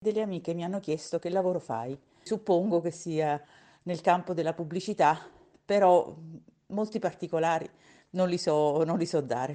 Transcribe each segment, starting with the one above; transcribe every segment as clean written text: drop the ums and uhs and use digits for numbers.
Delle amiche mi hanno chiesto che lavoro fai. Suppongo che sia nel campo della pubblicità, però molti particolari non li so dare.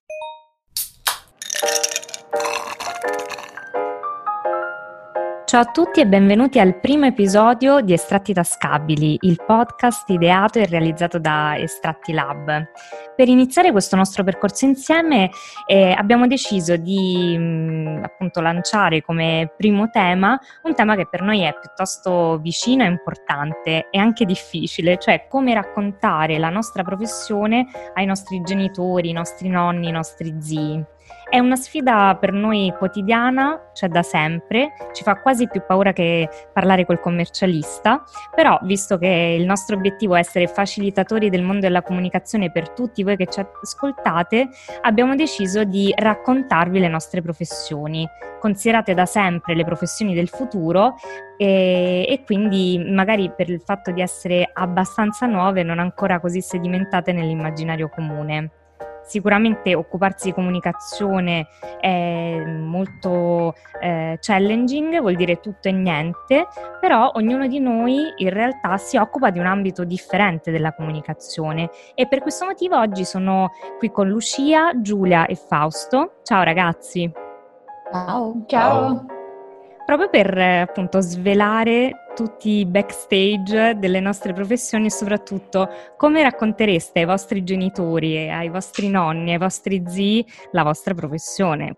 Ciao a tutti e benvenuti al primo episodio di Estratti Tascabili, il podcast ideato e realizzato da Estratti Lab. Per iniziare questo nostro percorso insieme abbiamo deciso di appunto lanciare come primo tema un tema che per noi è piuttosto vicino e importante e anche difficile, cioè come raccontare la nostra professione ai nostri genitori, i nostri nonni, i nostri zii. È una sfida per noi quotidiana, cioè da sempre, ci fa quasi più paura che parlare col commercialista, però visto che il nostro obiettivo è essere facilitatori del mondo della comunicazione per tutti voi che ci ascoltate, abbiamo deciso di raccontarvi le nostre professioni, considerate da sempre le professioni del futuro e quindi magari per il fatto di essere abbastanza nuove, non ancora così sedimentate nell'immaginario comune. Sicuramente occuparsi di comunicazione è molto challenging, vuol dire tutto e niente, però ognuno di noi in realtà si occupa di un ambito differente della comunicazione e per questo motivo oggi sono qui con Lucia, Giulia e Fausto. Ciao ragazzi! Ciao. Ciao. Proprio per appunto svelare tutti i backstage delle nostre professioni e soprattutto come raccontereste ai vostri genitori, ai vostri nonni, ai vostri zii la vostra professione.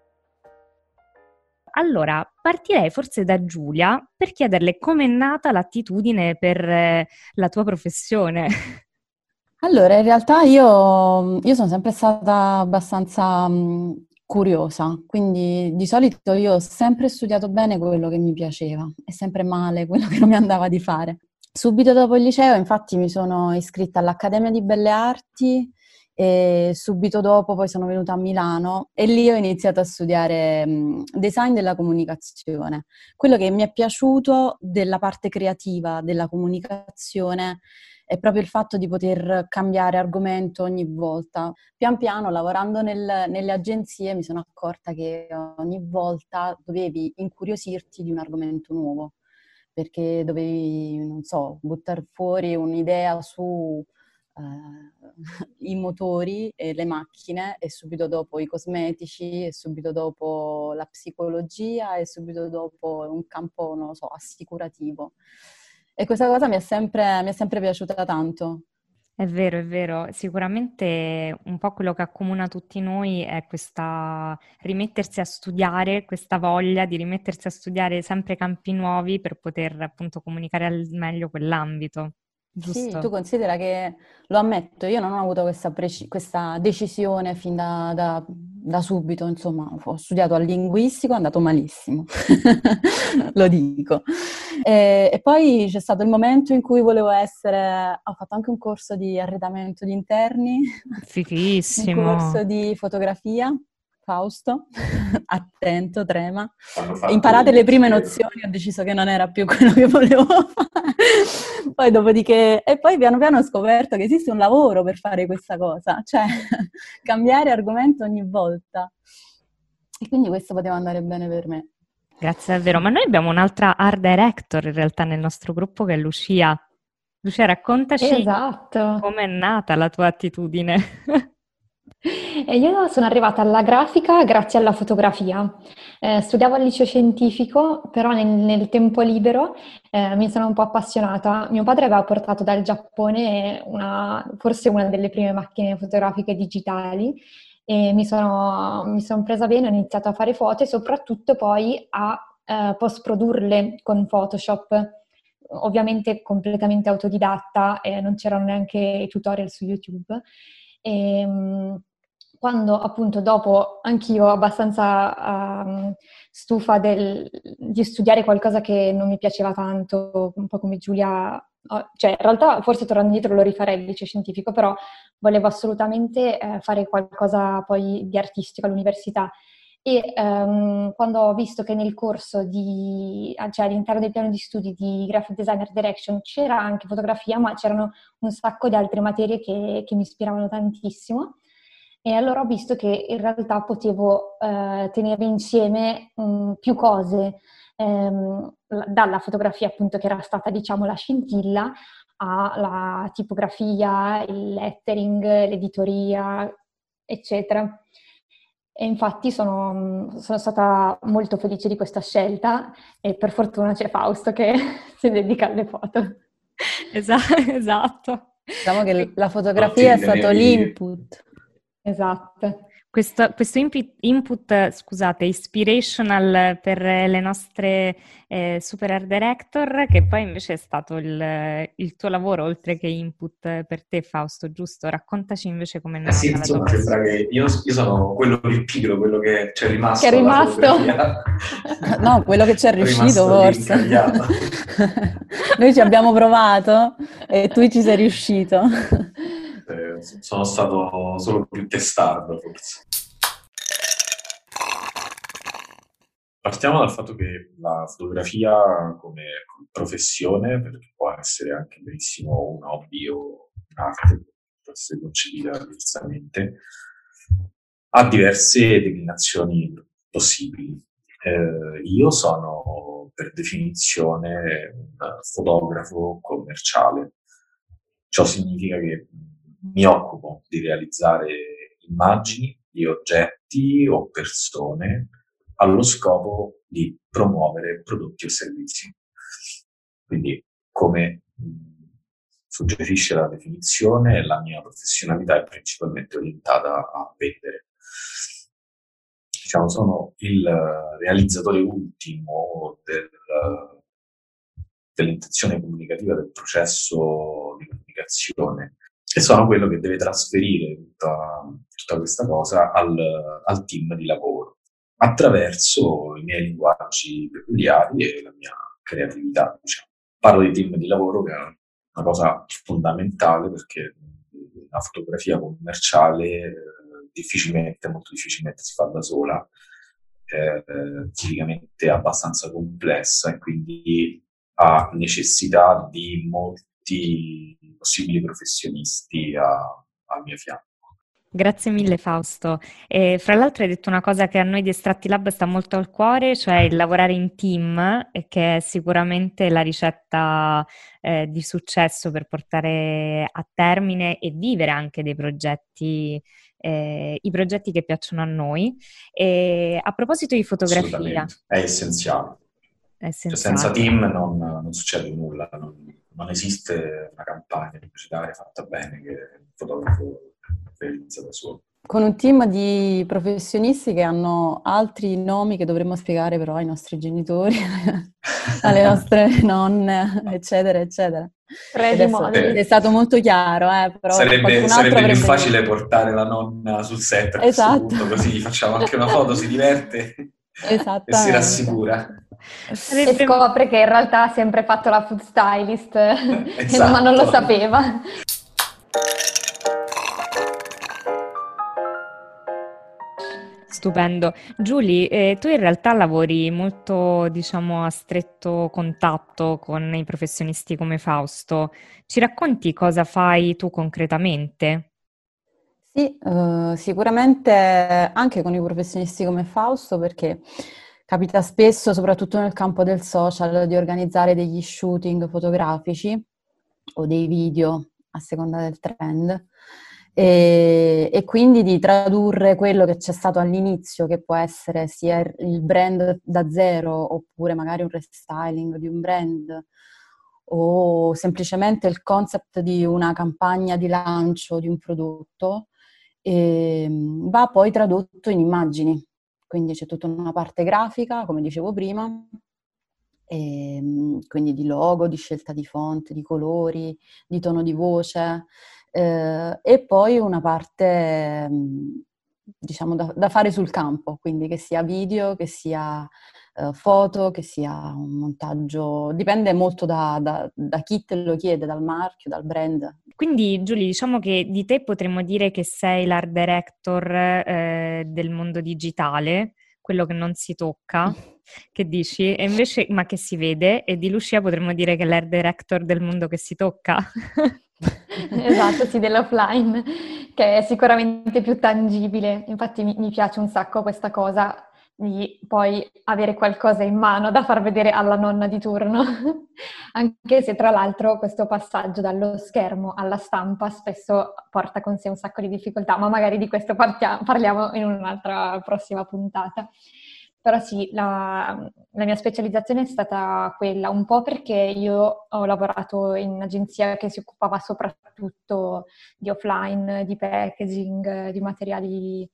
Allora, partirei forse da Giulia per chiederle com'è nata l'attitudine per la tua professione. Allora, in realtà io sono sempre stata abbastanza curiosa, quindi di solito io ho sempre studiato bene quello che mi piaceva e sempre male quello che non mi andava di fare. Subito dopo il liceo, infatti, mi sono iscritta all'Accademia di Belle Arti e subito dopo poi sono venuta a Milano e lì ho iniziato a studiare design della comunicazione. Quello che mi è piaciuto della parte creativa della comunicazione è proprio il fatto di poter cambiare argomento ogni volta. Pian piano, lavorando nelle agenzie, mi sono accorta che ogni volta dovevi incuriosirti di un argomento nuovo, perché dovevi, non so, buttare fuori un'idea su i motori e le macchine e subito dopo i cosmetici e subito dopo la psicologia e subito dopo un campo, non lo so, assicurativo. E questa cosa mi è sempre piaciuta tanto. È vero, sicuramente un po' quello che accomuna tutti noi è questa rimettersi a studiare, questa voglia di rimettersi a studiare sempre campi nuovi per poter appunto comunicare al meglio quell'ambito, Sì, tu giusto? considera che, lo ammetto, io non ho avuto questa decisione fin da subito, insomma, ho studiato al linguistico, è andato malissimo, lo dico. E poi c'è stato il momento in cui ho fatto anche un corso di arredamento di interni, un Fighissimo. corso di fotografia, Fausto, attento, trema. Imparate le prime nozioni, ho deciso che non era più quello che volevo fare. Poi dopodiché, e poi piano piano ho scoperto che esiste un lavoro per fare questa cosa, cioè cambiare argomento ogni volta. E quindi questo poteva andare bene per me. Grazie davvero. Ma noi abbiamo un'altra art director in realtà nel nostro gruppo che è Lucia. Lucia, raccontaci Esatto. com'è nata la tua attitudine. E io sono arrivata alla grafica grazie alla fotografia. Studiavo al liceo scientifico, però nel tempo libero mi sono un po' appassionata. Mio padre aveva portato dal Giappone forse una delle prime macchine fotografiche digitali e mi sono presa bene, ho iniziato a fare foto e soprattutto poi a post-produrle con Photoshop. Ovviamente completamente autodidatta, non c'erano neanche i tutorial su YouTube. E, quando appunto dopo anch'io abbastanza stufa di studiare qualcosa che non mi piaceva tanto, un po' come Giulia, cioè in realtà forse tornando indietro lo rifarei il liceo scientifico, però volevo assolutamente fare qualcosa poi di artistico all'università. E quando ho visto che nel corso cioè all'interno del piano di studi di Graphic Design Art Direction c'era anche fotografia, ma c'erano un sacco di altre materie che mi ispiravano tantissimo. E allora ho visto che in realtà potevo tenere insieme più cose, dalla fotografia appunto che era stata, diciamo, la scintilla, alla tipografia, il lettering, l'editoria, eccetera. E infatti sono stata molto felice di questa scelta e per fortuna c'è Fausto che si dedica alle foto. Esatto. Diciamo che la Non fotografia è ti stato tenevi... l'input. Esatto. Questo input, scusate, inspirational per le nostre super art director, che poi invece è stato il tuo lavoro, oltre che input per te, Fausto, giusto? Raccontaci invece com'è nata sì, la tua insomma, passione. sembra che io sono quello più pigro, quello che c'è rimasto Che è alla rimasto. fotografia. No, quello che ci è riuscito Rimasto lì forse. incagliato. Noi ci abbiamo provato e tu ci sei riuscito. Sono stato solo più testardo, forse. Partiamo dal fatto che la fotografia come professione, perché può essere anche benissimo un hobby o un'arte, può essere concepita diversamente, ha diverse declinazioni possibili. Io sono per definizione un fotografo commerciale. Ciò significa che mi occupo di realizzare immagini di oggetti o persone allo scopo di promuovere prodotti o servizi. Quindi, come suggerisce la definizione, la mia professionalità è principalmente orientata a vendere. Diciamo, sono il realizzatore ultimo dell'intenzione comunicativa del processo di comunicazione e sono quello che deve trasferire tutta questa cosa al team di lavoro attraverso i miei linguaggi peculiari e la mia creatività, diciamo. Parlo di team di lavoro che è una cosa fondamentale perché la fotografia commerciale molto difficilmente si fa da sola, tipicamente abbastanza complessa e quindi ha necessità di molti possibili professionisti al mio fianco. Grazie mille Fausto. E fra l'altro hai detto una cosa che a noi di Estratti Lab sta molto al cuore, cioè il lavorare in team, e che è sicuramente la ricetta di successo per portare a termine e vivere anche dei progetti, i progetti che piacciono a noi. E a proposito di fotografia, Assolutamente, è essenziale. è Cioè, essenziale. senza team non succede nulla, non esiste una campagna pubblicitaria fatta bene che il fotografo realizza da solo. Con un team di professionisti che hanno altri nomi che dovremmo spiegare però ai nostri genitori, alle nostre nonne, eccetera, eccetera. Adesso è stato molto chiaro, però sarebbe più facile portare la nonna sul set a questo punto, così facciamo anche una foto, si diverte e si rassicura. E scopre che in realtà ha sempre fatto la food stylist, esatto. Ma non lo sapeva. Stupendo. Giulie, tu in realtà lavori molto, diciamo, a stretto contatto con i professionisti come Fausto. Ci racconti cosa fai tu concretamente? Sì, sicuramente anche con i professionisti come Fausto, perché capita spesso, soprattutto nel campo del social, di organizzare degli shooting fotografici o dei video a seconda del trend. E quindi di tradurre quello che c'è stato all'inizio, che può essere sia il brand da zero, oppure magari un restyling di un brand, o semplicemente il concept di una campagna di lancio di un prodotto, va poi tradotto in immagini. Quindi c'è tutta una parte grafica, come dicevo prima, quindi di logo, di scelta di font, di colori, di tono di voce, e poi una parte, diciamo, da fare sul campo, quindi che sia video, che sia foto, che sia un montaggio, dipende molto da chi te lo chiede, dal marchio, dal brand. Quindi Giulia, diciamo che di te potremmo dire che sei l'art director del mondo digitale, quello che non si tocca, che dici? E invece, ma che si vede, e di Lucia potremmo dire che è l'art director del mondo che si tocca. Esatto, sì, dell'offline, che è sicuramente più tangibile. Infatti mi piace un sacco questa cosa, di poi avere qualcosa in mano da far vedere alla nonna di turno, anche se tra l'altro questo passaggio dallo schermo alla stampa spesso porta con sé un sacco di difficoltà, ma magari di questo parliamo in un'altra prossima puntata. Però sì, la mia specializzazione è stata quella, un po' perché io ho lavorato in un'agenzia che si occupava soprattutto di offline, di packaging, di materiali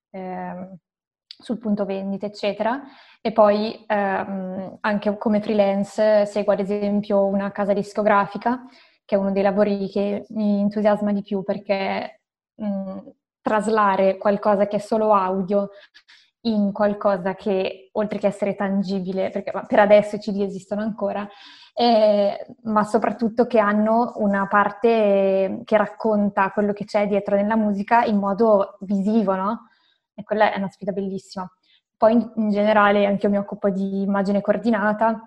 sul punto vendita, eccetera. E poi anche come freelance seguo ad esempio una casa discografica, che è uno dei lavori che mi entusiasma di più perché traslare qualcosa che è solo audio in qualcosa che, oltre che essere tangibile, perché per adesso i CD esistono ancora, ma soprattutto che hanno una parte che racconta quello che c'è dietro nella musica in modo visivo, no? E quella è una sfida bellissima. Poi in generale anche io mi occupo di immagine coordinata,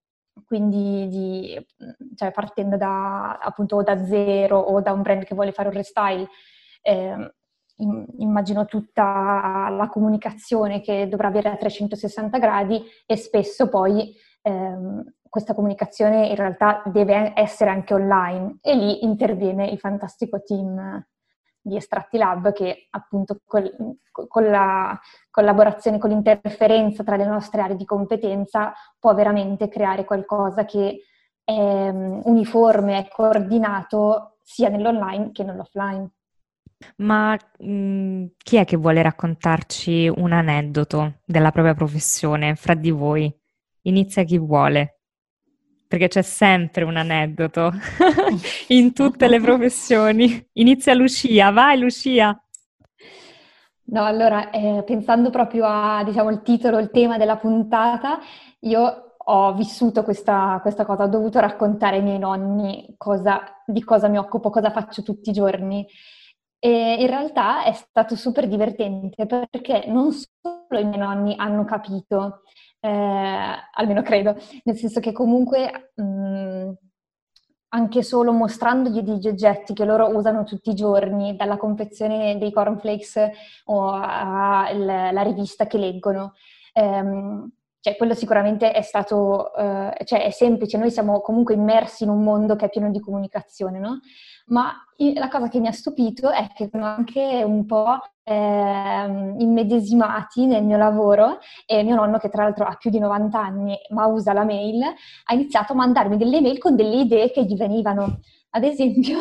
quindi cioè partendo appunto o da zero o da un brand che vuole fare un restyle, immagino tutta la comunicazione che dovrà avere a 360 gradi e spesso poi questa comunicazione in realtà deve essere anche online e lì interviene il fantastico team di Estratti Lab che appunto con la collaborazione, con l'interferenza tra le nostre aree di competenza può veramente creare qualcosa che è uniforme, è coordinato sia nell'online che nell'offline. Ma chi è che vuole raccontarci un aneddoto della propria professione fra di voi? Inizia chi vuole, perché c'è sempre un aneddoto in tutte le professioni. Inizia Lucia, vai Lucia! No, allora, pensando proprio a, diciamo, il titolo, il tema della puntata, io ho vissuto questa cosa, ho dovuto raccontare ai miei nonni di cosa mi occupo, cosa faccio tutti i giorni. E in realtà è stato super divertente perché non solo i miei nonni hanno capito, almeno credo, nel senso che comunque anche solo mostrandogli degli oggetti che loro usano tutti i giorni, dalla confezione dei cornflakes o alla rivista che leggono, cioè quello sicuramente è stato, cioè è semplice, noi siamo comunque immersi in un mondo che è pieno di comunicazione, no? Ma la cosa che mi ha stupito è che sono anche un po' immedesimati nel mio lavoro e mio nonno, che tra l'altro ha più di 90 anni ma usa la mail, ha iniziato a mandarmi delle mail con delle idee che gli venivano. Ad esempio,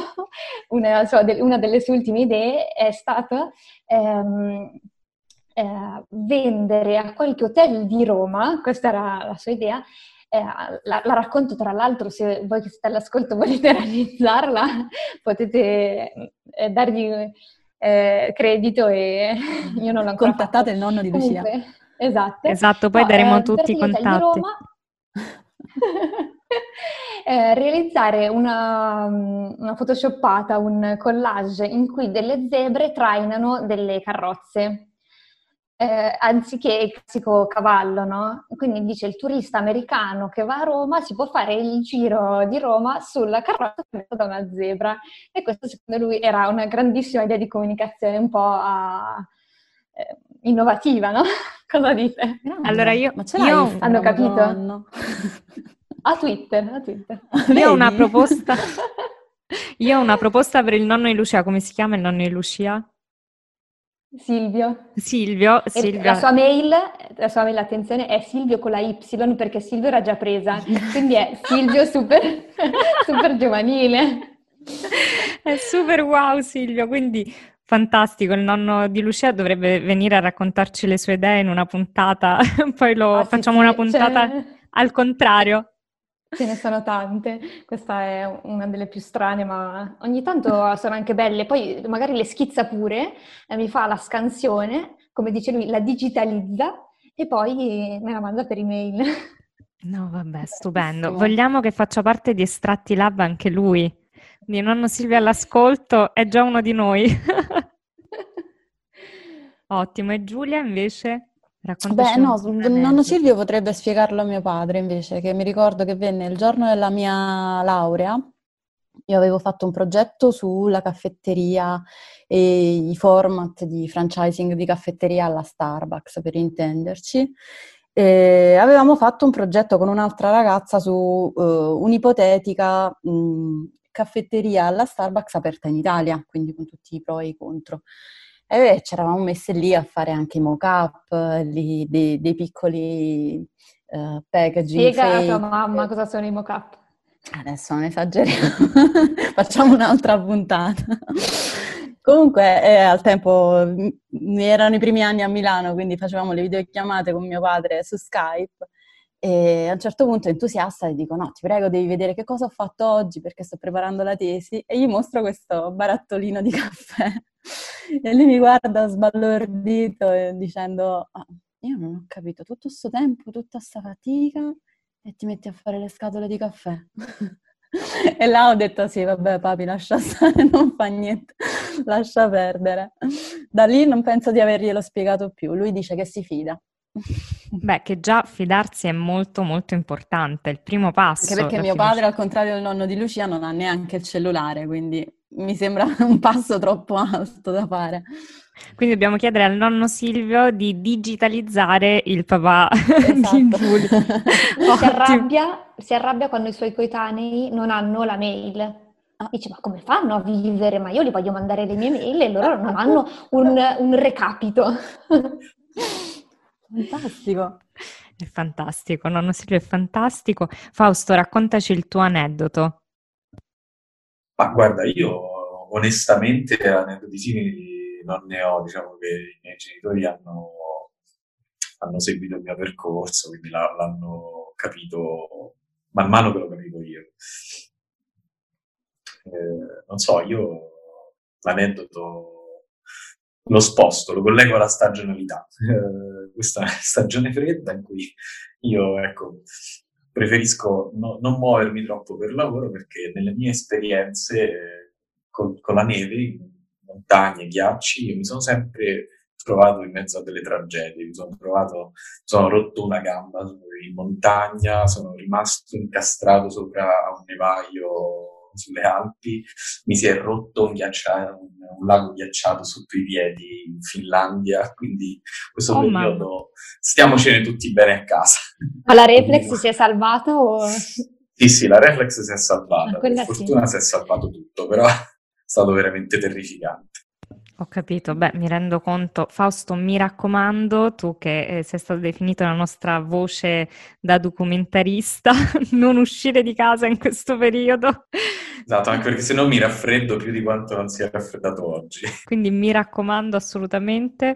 una delle sue ultime idee è stata vendere a qualche hotel di Roma, questa era la sua idea, la racconto tra l'altro, se voi che siete all'ascolto volete realizzarla, potete dargli credito e io non l'ho ancora Contattate fatto. il nonno di Lucia. Comunque, esatto. Esatto, poi daremo tutti i per gli hotel di contatti. Roma realizzare una photoshoppata, un collage in cui delle zebre trainano delle carrozze. Anziché il classico cavallo, no? Quindi dice il turista americano che va a Roma si può fare il giro di Roma sulla carrozza presa da una zebra. E questo secondo lui era una grandissima idea di comunicazione, un po' innovativa, no? Cosa dite? Allora Ma ce l'hai Instagram, hanno capito? nonno? A Twitter. Io ho una Vedi? proposta. Io ho una proposta per il nonno di Lucia. Come si chiama il nonno di Lucia? Silvio. Silvio. La sua mail, attenzione, è Silvio con la Y perché Silvio era già presa, quindi è Silvio super, super giovanile. È super wow Silvio, quindi fantastico, il nonno di Lucia dovrebbe venire a raccontarci le sue idee in una puntata, poi facciamo una puntata al contrario. Ce ne sono tante, questa è una delle più strane, ma ogni tanto sono anche belle. Poi magari le schizza pure, mi fa la scansione, come dice lui, la digitalizza e poi me la manda per email. No, vabbè, stupendo. Bellissimo. Vogliamo che faccia parte di Estratti Lab anche lui. Di nonno Silvio all'ascolto, è già uno di noi. Ottimo, e Giulia invece? Raccontaci Beh, no, un nonno aneddoto. Silvio potrebbe spiegarlo a mio padre invece, che mi ricordo che venne il giorno della mia laurea Io avevo fatto un progetto sulla caffetteria e i format di franchising di caffetteria alla Starbucks, per intenderci. E avevamo fatto un progetto con un'altra ragazza su un'ipotetica caffetteria alla Starbucks aperta in Italia, quindi con tutti i pro e i contro. E ci eravamo messe lì a fare anche i mock-up, dei piccoli packaging Spiega a tua fake. mamma cosa sono i mock-up. Adesso non esageriamo, facciamo un'altra puntata. Comunque, al tempo erano i primi anni a Milano, quindi facevamo le videochiamate con mio padre su Skype e a un certo punto entusiasta gli dico: no, ti prego, devi vedere che cosa ho fatto oggi perché sto preparando la tesi, e gli mostro questo barattolino di caffè e lui mi guarda sbalordito dicendo: "Ah, io non ho capito, tutto sto tempo, tutta sta fatica e ti metti a fare le scatole di caffè." E là ho detto: sì, vabbè papi, lascia stare, non fa niente, lascia perdere. Da lì non penso di averglielo spiegato più, lui dice che si fida. Beh, che già fidarsi è molto molto importante, è il primo Anche passo, perché la mio fiducia. padre, al contrario del nonno di Lucia, non ha neanche il cellulare, quindi mi sembra un passo troppo alto da fare. Quindi dobbiamo chiedere al nonno Silvio di digitalizzare il papà di Esatto. Giulia. Lui Ottimo. si arrabbia quando i suoi coetanei non hanno la mail. Ah. Dice: ma come fanno a vivere? Ma io gli voglio mandare le mie mail e loro non hanno un recapito. Fantastico. È fantastico, nonno Silvio è fantastico. Fausto, raccontaci il tuo aneddoto. Ma guarda, io onestamente aneddoti simili non ne ho, diciamo che i miei genitori hanno seguito il mio percorso, quindi l'hanno capito man mano che lo capivo io. Non so, io l'aneddoto lo sposto, lo collego alla stagionalità. Questa è una stagione fredda in cui io, ecco, preferisco non muovermi troppo per lavoro, perché nelle mie esperienze con la neve, in montagne, ghiacci, io mi sono sempre trovato in mezzo a delle tragedie. Sono rotto una gamba in montagna, sono rimasto incastrato sopra un nevaio sulle Alpi, mi si è rotto un lago ghiacciato sotto i piedi in Finlandia, quindi questo Oh mamma. periodo stiamocene tutti bene a casa. Ma la reflex si è salvata o... Sì, la reflex si è salvata, per quella sì. fortuna si è salvato tutto, però è stato veramente terrificante. Ho capito, beh, mi rendo conto. Fausto, mi raccomando, tu che sei stato definito la nostra voce da documentarista, non uscire di casa in questo periodo. Esatto, anche perché se no mi raffreddo più di quanto non sia raffreddato oggi. Quindi mi raccomando assolutamente.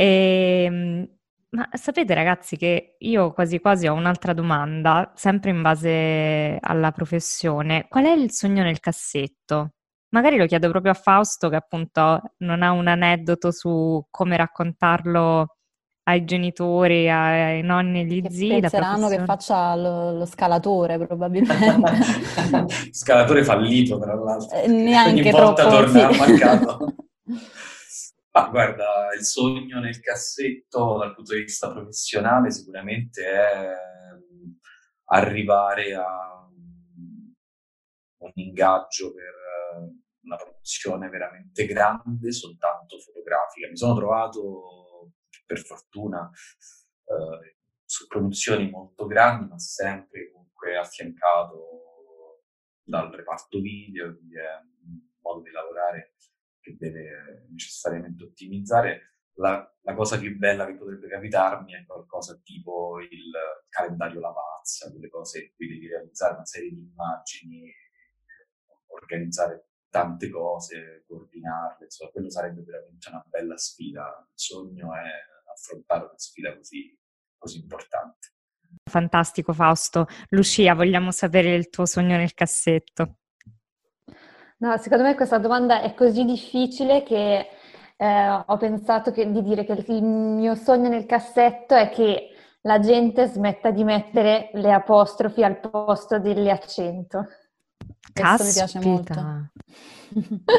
Ma sapete ragazzi che io quasi quasi ho un'altra domanda, sempre in base alla professione. Qual è il sogno nel cassetto? Magari lo chiedo proprio a Fausto, che appunto non ha un aneddoto su come raccontarlo ai genitori, ai nonni e agli Che zii, la penseranno che professione. faccia lo scalatore, probabilmente. Scalatore fallito, tra l'altro. Ogni Neanche volta troppo, torna sì. mancato. Ma guarda, il sogno nel cassetto dal punto di vista professionale sicuramente è arrivare a un ingaggio per una produzione veramente grande, soltanto fotografica. Mi sono trovato, per fortuna, su produzioni molto grandi, ma sempre comunque affiancato dal reparto video, quindi è un modo di lavorare che deve necessariamente ottimizzare. La cosa più bella che potrebbe capitarmi è qualcosa tipo il calendario Lavazza, quelle cose in cui devi realizzare una serie di immagini, organizzare tante cose, coordinarle, insomma, quello sarebbe veramente una bella sfida. Il sogno è affrontare una sfida così importante. Fantastico Fausto. Lucia, vogliamo sapere il tuo sogno nel cassetto. No, secondo me questa domanda è così difficile che ho pensato di dire che il mio sogno nel cassetto è che la gente smetta di mettere le apostrofi al posto delle accento. Questo mi piace molto. Caspita.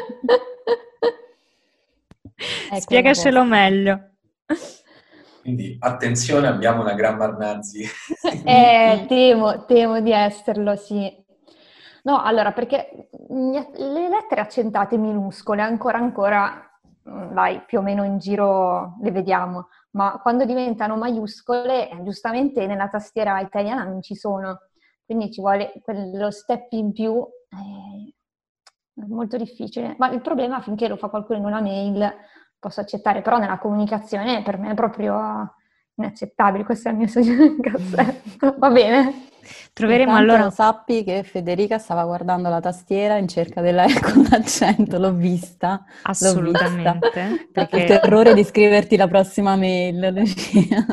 È Spiegacelo quella meglio. Quindi attenzione, abbiamo una grammar nazi. Temo di esserlo, sì. No, allora, perché le lettere accentate minuscole ancora, dai, più o meno in giro le vediamo, ma quando diventano maiuscole, giustamente nella tastiera italiana non ci sono, quindi ci vuole quello step in più, è molto difficile. Ma il problema, finché lo fa qualcuno in una mail, posso accettare, però nella comunicazione per me è proprio inaccettabile. Questo è il mio sogno nel cassetto, va bene? Troveremo Intanto allora... sappi che Federica stava guardando la tastiera in cerca della E con l'accento, l'ho vista. Assolutamente, Il perché terrore di scriverti la prossima mail, Lucia.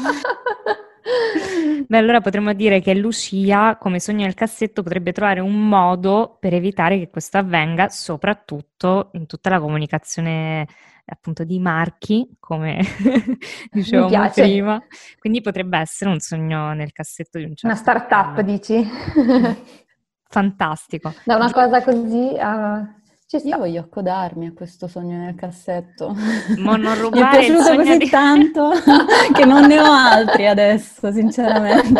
beh, allora potremmo dire che Lucia, come sogno nel cassetto, potrebbe trovare un modo per evitare che questo avvenga, soprattutto in tutta la comunicazione appunto di marchi, come Mi dicevamo piace. prima. Quindi potrebbe essere un sogno nel cassetto di un Una certo startup, livello. dici? Fantastico. Da una cosa così a... Ci Io sta. voglio accodarmi a questo sogno nel cassetto. Ma non Mi è rubare il piaciuto sogno così di... tanto che non ne ho altri adesso, sinceramente.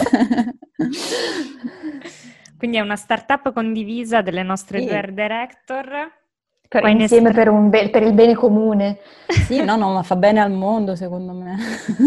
Quindi è una startup condivisa delle nostre due Sì. art director. Per, Qua in insieme estra- per il bene comune. Sì, no, ma fa bene al mondo, secondo me.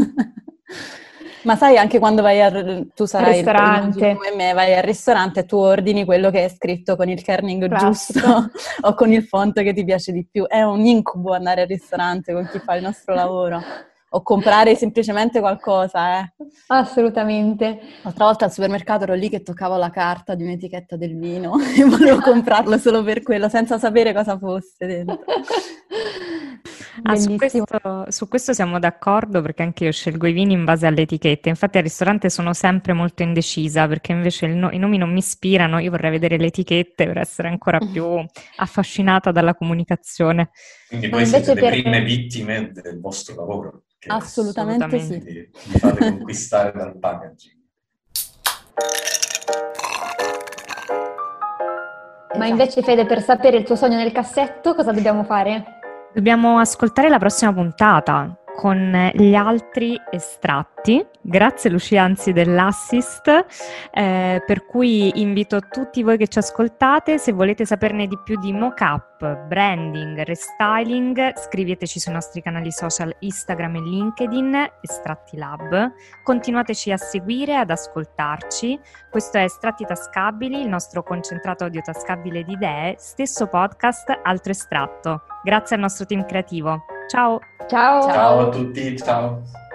Ma sai, anche quando tu Al sarai, immagino ristorante. come me, vai al ristorante e tu ordini quello che è scritto con il kerning Classico. giusto o con il font che ti piace di più. È un incubo andare al ristorante con chi fa il nostro lavoro o comprare semplicemente qualcosa, Assolutamente. L'altra volta al supermercato ero lì che toccavo la carta di un'etichetta del vino e volevo comprarlo solo per quello, senza sapere cosa fosse dentro. Ah, Bellissimo. su questo siamo d'accordo perché anche io scelgo i vini in base alle etichette. Infatti al ristorante sono sempre molto indecisa perché invece i nomi non mi ispirano, io vorrei vedere le etichette per essere ancora più affascinata dalla comunicazione. Quindi Ma voi siete invece le prime vittime del vostro lavoro, che Assolutamente sì. vi fate conquistare dal packaging. Ma invece, Fede, per sapere il tuo sogno nel cassetto, cosa dobbiamo fare? Dobbiamo ascoltare la prossima puntata con gli altri estratti. Grazie Lucia, anzi dell'assist, per cui invito tutti voi che ci ascoltate, se volete saperne di più di mock-up, branding, restyling, scriveteci sui nostri canali social Instagram e LinkedIn, Estratti Lab. Continuateci a seguire, ad ascoltarci. Questo è Estratti Tascabili, il nostro concentrato audio tascabile di idee, stesso podcast, altro estratto. Grazie al nostro team creativo. Ciao! Ciao! Ciao a tutti, ciao!